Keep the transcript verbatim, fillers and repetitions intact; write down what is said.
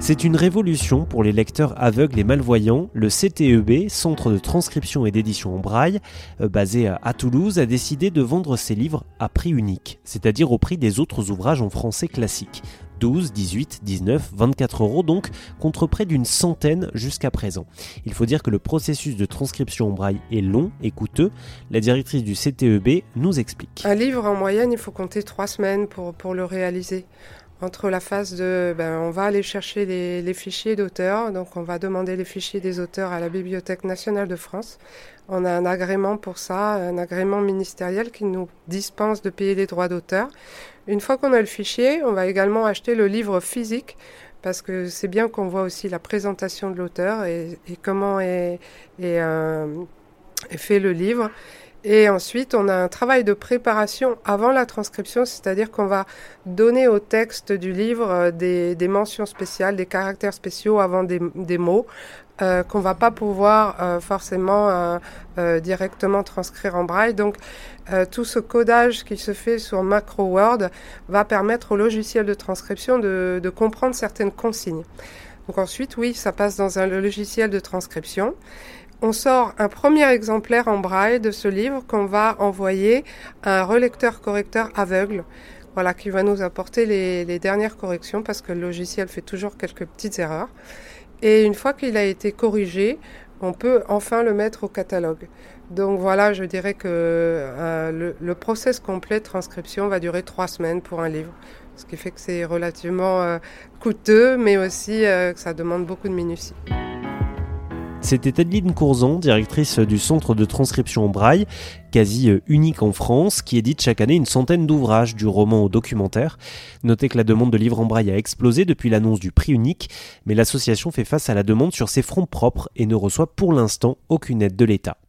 C'est une révolution pour les lecteurs aveugles et malvoyants. Le C T E B, Centre de transcription et d'édition en braille, basé à Toulouse, a décidé de vendre ses livres à prix unique, c'est-à-dire au prix des autres ouvrages en français classique. douze, dix-huit, dix-neuf, vingt-quatre euros donc, contre près d'une centaine jusqu'à présent. Il faut dire que le processus de transcription en braille est long et coûteux. La directrice du C T E B nous explique. Un livre, en moyenne, il faut compter trois semaines pour, pour le réaliser. Entre la phase de... Ben, on va aller chercher les, les fichiers d'auteurs, donc on va demander les fichiers des auteurs à la Bibliothèque nationale de France. On a un agrément pour ça, un agrément ministériel qui nous dispense de payer les droits d'auteur. Une fois qu'on a le fichier, on va également acheter le livre physique, parce que c'est bien qu'on voit aussi la présentation de l'auteur et, et comment est, est, euh, est fait le livre. Et ensuite, on a un travail de préparation avant la transcription, c'est-à-dire qu'on va donner au texte du livre des, des mentions spéciales, des caractères spéciaux avant des, des mots, euh, qu'on va pas pouvoir euh, forcément euh, euh, directement transcrire en braille. Donc, euh, tout ce codage qui se fait sur MacroWord va permettre au logiciel de transcription de, de comprendre certaines consignes. Donc ensuite, oui, ça passe dans un logiciel de transcription. On sort un premier exemplaire en braille de ce livre qu'on va envoyer à un relecteur-correcteur aveugle, voilà, qui va nous apporter les, les dernières corrections parce que le logiciel fait toujours quelques petites erreurs. Et une fois qu'il a été corrigé, on peut enfin le mettre au catalogue. Donc voilà, je dirais que euh, le, le process complet de transcription va durer trois semaines pour un livre, ce qui fait que c'est relativement euh, coûteux, mais aussi euh, que ça demande beaucoup de minutie. C'était Adeline Courzan, directrice du Centre de transcription en braille, quasi unique en France, qui édite chaque année une centaine d'ouvrages, du roman au documentaire. Notez que la demande de livres en braille a explosé depuis l'annonce du prix unique, mais l'association fait face à la demande sur ses fronts propres et ne reçoit pour l'instant aucune aide de l'État.